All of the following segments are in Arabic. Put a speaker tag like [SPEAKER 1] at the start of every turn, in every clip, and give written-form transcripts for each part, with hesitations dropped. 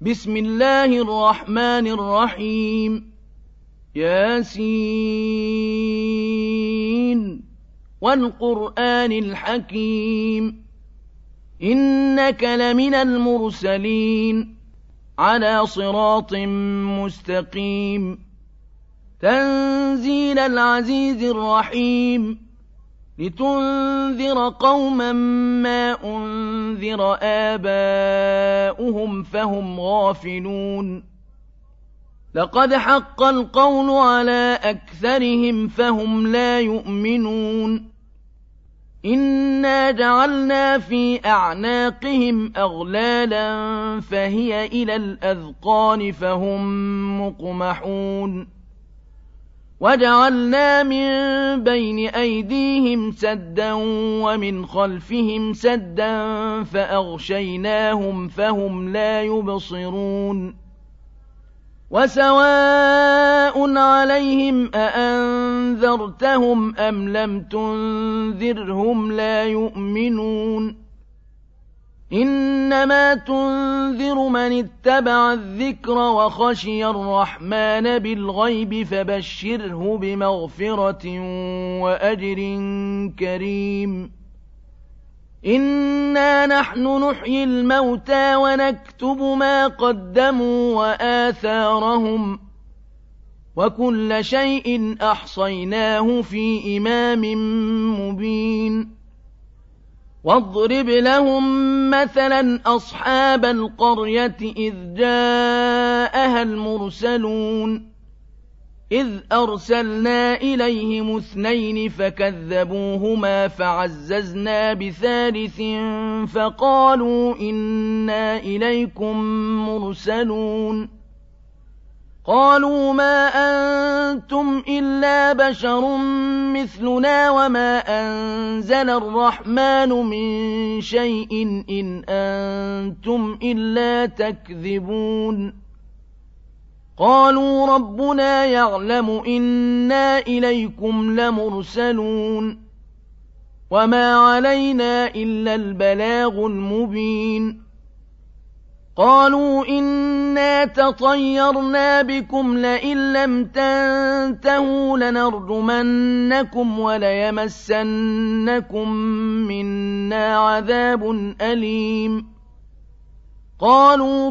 [SPEAKER 1] بسم الله الرحمن الرحيم ياسين والقرآن الحكيم إنك لمن المرسلين على صراط مستقيم تنزيل العزيز الرحيم لتنذر قوما ما أنذر آباؤهم فهم غافلون لقد حق القول على أكثرهم فهم لا يؤمنون إنا جعلنا في أعناقهم أغلالا فهي إلى الأذقان فهم مقمحون وجعلنا من بين أيديهم سدا ومن خلفهم سدا فأغشيناهم فهم لا يبصرون وسواء عليهم أأنذرتهم أم لم تنذرهم لا يؤمنون إنما تنذر من اتبع الذكر وخشي الرحمن بالغيب فبشره بمغفرة وأجر كريم إنا نحن نحيي الموتى ونكتب ما قدموا وآثارهم وكل شيء أحصيناه في إمام مبين واضرب لهم مثلا أصحاب القرية إذ جاءها المرسلون إذ أرسلنا إليهم 2 فكذبوهما فعززنا بثالث فقالوا إنا إليكم مرسلون قالوا ما أنتم إلا بشر مثلنا وما أنزل الرحمن من شيء إن أنتم إلا تكذبون قالوا ربنا يعلم إنا إليكم لمرسلون وما علينا إلا البلاغ المبين قالوا إنا تطيرنا بكم لئن لم تنتهوا لنرجمنكم وليمسنكم منا عذاب أليم قالوا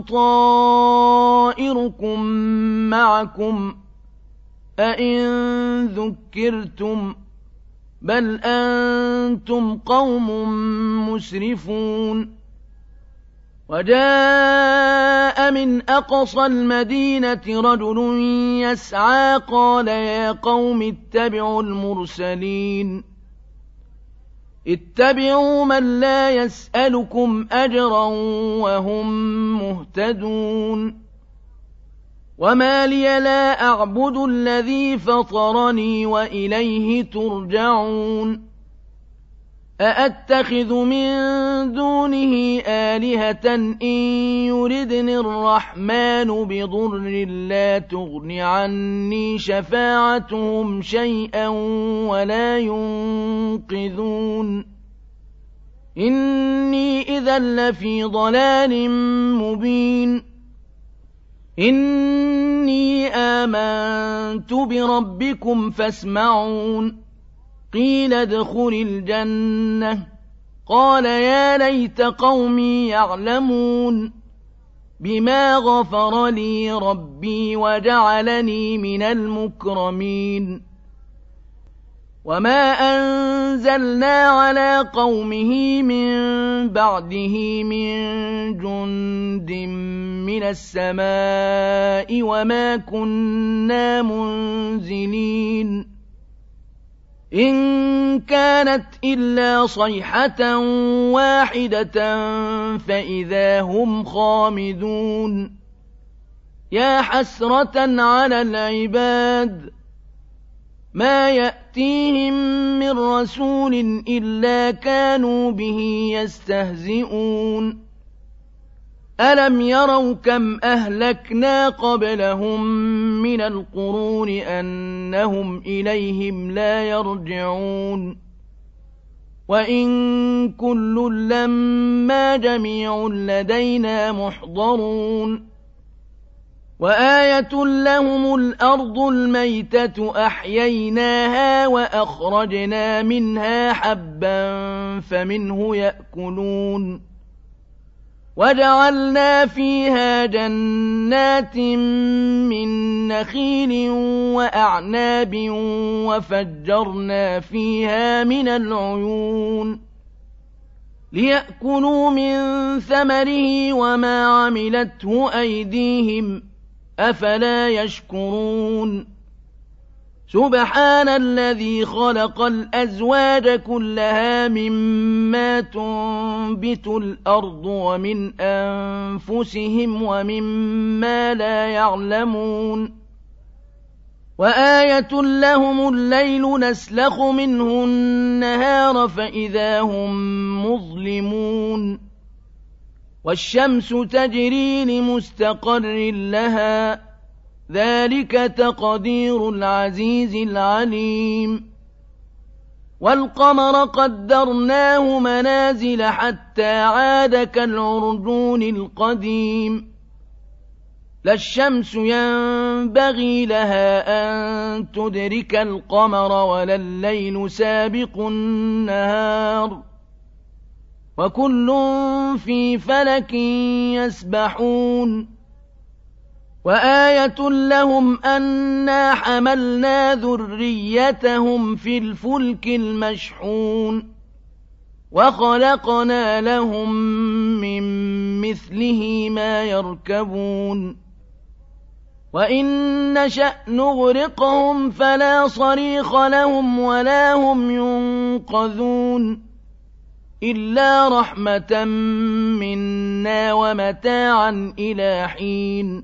[SPEAKER 1] طائركم معكم أئن ذكرتم بل أنتم قوم مسرفون وجاء من أقصى المدينة رجل يسعى قال يا قوم اتبعوا المرسلين اتبعوا من لا يسألكم أجرا وهم مهتدون وما لي لا أعبد الذي فطرني وإليه ترجعون أأتخذ من دونه آلهة إن يردني الرحمن بضر لا تغن عني شفاعتهم شيئا ولا ينقذون إني إذا لفي ضلال مبين إني آمنت بربكم فاسمعون قيل ادخل الجنة قال يا ليت قومي يعلمون بما غفر لي ربي وجعلني من المكرمين وما أنزلنا على قومه من بعده من جند من السماء وما كنا منزلين إن كانت إلا صيحة واحدة فإذا هم خامدون يا حسرة على العباد ما يأتيهم من رسول إلا كانوا به يستهزئون ألم يروا كم أهلكنا قبلهم من القرون أنهم إليهم لا يرجعون وإن كل لما جميع لدينا محضرون وآية لهم الأرض الميتة أحييناها وأخرجنا منها حبا فمنه يأكلون وجعلنا فيها جنات من نخيل وأعناب وفجرنا فيها من العيون ليأكلوا من ثمره وما عملته أيديهم أفلا يشكرون سبحان الذي خلق الأزواج كلها مما تنبت الأرض ومن أنفسهم ومما لا يعلمون وآية لهم الليل نسلخ منه النهار فإذا هم مظلمون والشمس تجري لمستقر لها ذلك تقدير العزيز العليم والقمر قدرناه منازل حتى عاد كالعرجون القديم لا الشمس ينبغي لها أن تدرك القمر ولا الليل سابق النهار وكل في فلك يسبحون وآية لهم أنا حملنا ذريتهم في الفلك المشحون وخلقنا لهم من مثله ما يركبون وإن نشأ نغرقهم فلا صريخ لهم ولا هم ينقذون إلا رحمة منا ومتاعا إلى حين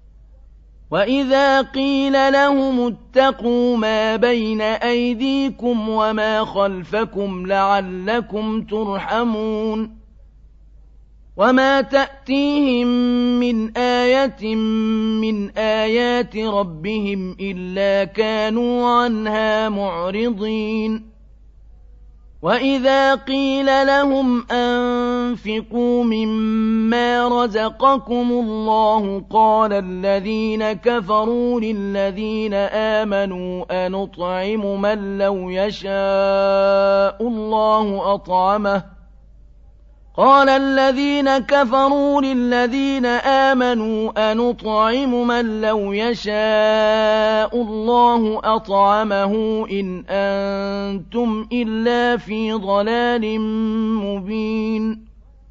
[SPEAKER 1] وإذا قيل لهم اتقوا ما بين أيديكم وما خلفكم لعلكم ترحمون وما تأتيهم من آية من آيات ربهم إلا كانوا عنها معرضين وإذا قيل لهم أنفقوا مما رزقكم الله قال الذين كفروا للذين آمنوا أنطعم من لو يشاء الله أطعمه قال الذين كفروا للذين آمنوا أنطعم من لو يشاء الله أطعمه إن أنتم إلا في ضلال مبين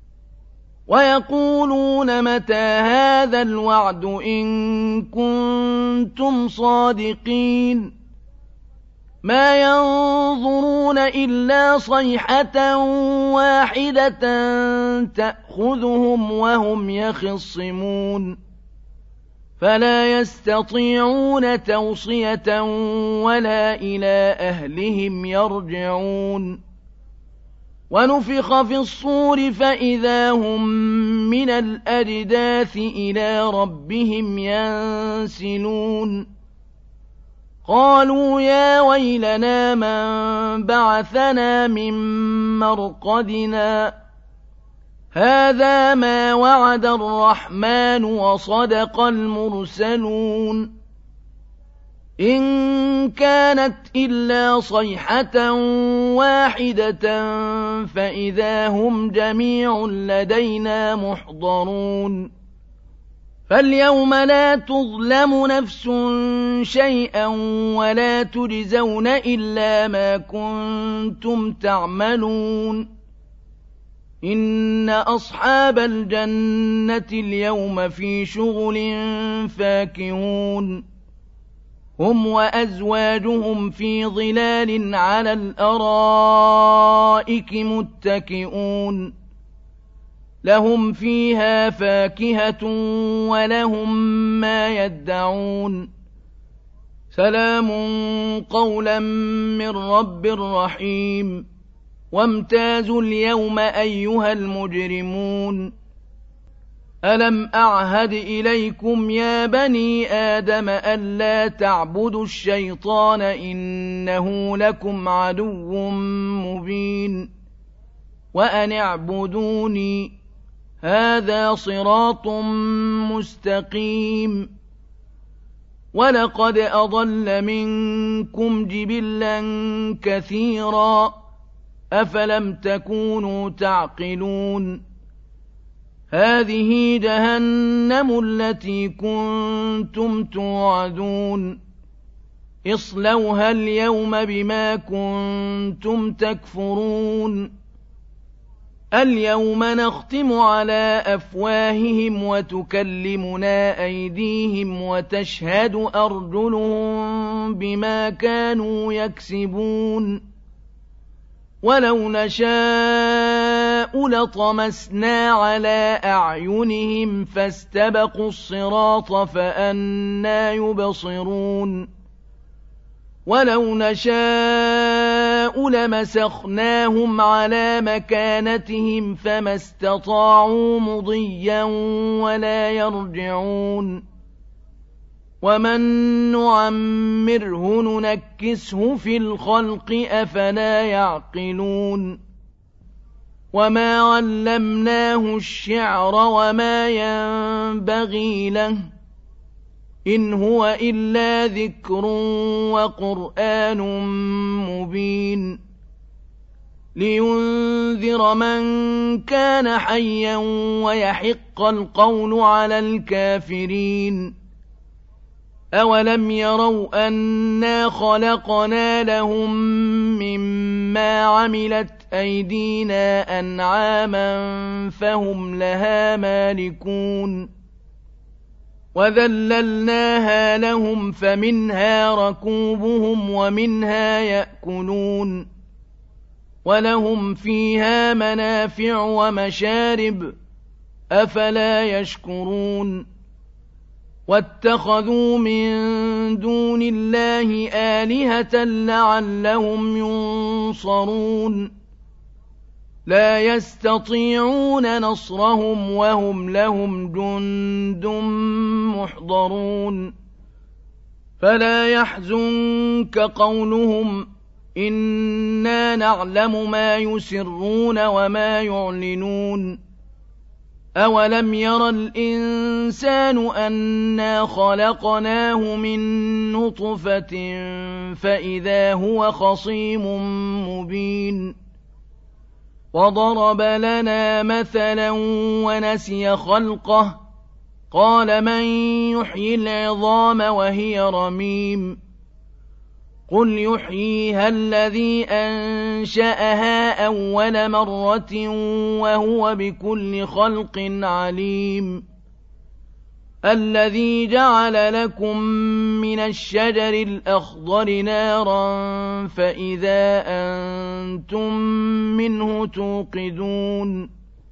[SPEAKER 1] ويقولون متى هذا الوعد إن كنتم صادقين ما ينظرون إلا صيحة واحدة تأخذهم وهم يخصمون فلا يستطيعون توصية ولا إلى أهلهم يرجعون ونفخ في الصور فإذا هم من الأجداث إلى ربهم ينسلون قالوا يا ويلنا من بعثنا من مرقدنا هذا ما وعد الرحمن وصدق المرسلون إن كانت إلا صيحة واحدة فإذا هم جميع لدينا محضرون فاليوم لا تظلم نفس شيئا ولا تجزون إلا ما كنتم تعملون إن أصحاب الجنة اليوم في شغل فاكهون هم وأزواجهم في ظلال على الأرائك متكئون لهم فيها فاكهة ولهم ما يدعون سلام قولا من رب رحيم وامتازوا اليوم أيها المجرمون ألم أعهد إليكم يا بني آدم ألا تعبدوا الشيطان إنه لكم عدو مبين وأن اعبدوني هذا صراط مستقيم وَلَقَدْ أَضَلَّ مِنكُمْ جِبِلًّا كَثِيرًا أَفَلَمْ تَكُونُوا تَعْقِلُونَ هَٰذِهِ جَهَنَّمُ الَّتِي كُنتُمْ تُوعَدُونَ اصْلَوْهَا الْيَوْمَ بِمَا كُنتُمْ تَكْفُرُونَ الْيَوْمَ نَخْتِمُ عَلَىٰ أَفْوَاهِهِمْ وَتُكَلِّمُنَا أَيْدِيهِمْ وَتَشْهَدُ أَرْجُلُهُم بِمَا كَانُوا يَكْسِبُونَ وَلَوْ نَشَاءُ لَطَمَسْنَا عَلَىٰ أَعْيُنِهِمْ فَاسْتَبَقُوا الصِّرَاطَ فَأَنَّىٰ يُبْصِرُونَ وَلَوْ نَشَاءُ لَمَسَخْنَاهُمْ عَلَىٰ مَكَانَتِهِمْ فَمَا اسْتَطَاعُوا مُضِيًّا وَلَا يَرْجِعُونَ وَمَن نُّعَمِّرْهُ نُنَكِّسْهُ فِي الْخَلْقِ أَفَلَا يَعْقِلُونَ وَمَا عَلَّمْنَاهُ الشِّعْرَ وَمَا يَنبَغِي لَهُ إِنْ هُوَ إِلَّا ذِكْرٌ وَقُرْآنٌ مُّبِينٌ لِيُنذِرَ مَن كَانَ حَيًّا وَيَحِقَّ الْقَوْلُ عَلَى الْكَافِرِينَ أَوَلَمْ يَرَوْا أَنَّا خَلَقْنَا لَهُم مِّمَّا عَمِلَتْ أَيْدِينَا أَنْعَامًا فَهُمْ لَهَا مَالِكُونَ وَذَلَّلْنَاهَا لَهُمْ فَمِنْهَا رَكُوبُهُمْ وَمِنْهَا يَأْكُلُونَ وَلَهُمْ فِيهَا مَنَافِعُ وَمَشَارِبُ أَفَلَا يَشْكُرُونَ وَاتَّخَذُوا مِن دُونِ اللَّهِ آلِهَةً لَّعَلَّهُمْ يُنصَرُونَ لَا يَسْتَطِيعُونَ نَصْرَهُمْ وَهُمْ لَهُمْ جُندٌ مُّحْضَرُونَ فَلَا يَحْزُنكَ قَوْلُهُمْ إِنَّا نَعْلَمُ مَا يُسِرُّونَ وَمَا يُعْلِنُونَ أَوَلَمْ يَرَ الْإِنسَانُ أَنَّا خَلَقْنَاهُ مِن نُّطْفَةٍ فَإِذَا هُوَ خَصِيمٌ مُّبِينٌ وَضَرَبَ لَنَا مَثَلًا وَنَسِيَ خَلْقَهُ قَالَ مَن يُحْيِي الْعِظَامَ وَهِيَ رَمِيمٌ قُلْ يُحْيِيهَا الَّذِي أَنشَأَهَا أَوَّلَ مَرَّةٍ وَهُوَ بِكُلِّ خَلْقٍ عَلِيمٌ الَّذِي جَعَلَ لَكُم مِّنَ الشَّجَرِ الْأَخْضَرِ نَارًا فَإِذَا أَنتُم مِّنْهُ تُوقِدُونَ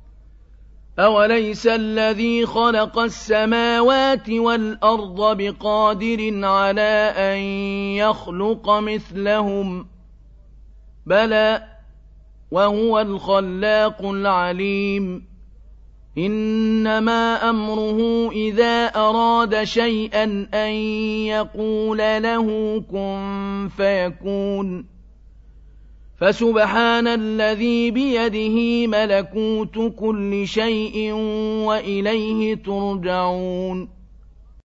[SPEAKER 1] أَوَلَيْسَ الَّذِي خَلَقَ السَّمَاوَاتِ وَالْأَرْضَ بِقَادِرٍ عَلَىٰ أَن يَخْلُقَ مِثْلَهُم بَلَىٰ وَهُوَ الْخَلَّاقُ الْعَلِيمُ إِنَّمَا أَمْرُهُ إِذَا أَرَادَ شَيْئًا أَن يَقُولَ لَهُ كُن فَيَكُونُ فَسُبْحَانَ الَّذِي بِيَدِهِ مَلَكُوتُ كُلِّ شَيْءٍ وَإِلَيْهِ تُرْجَعُونَ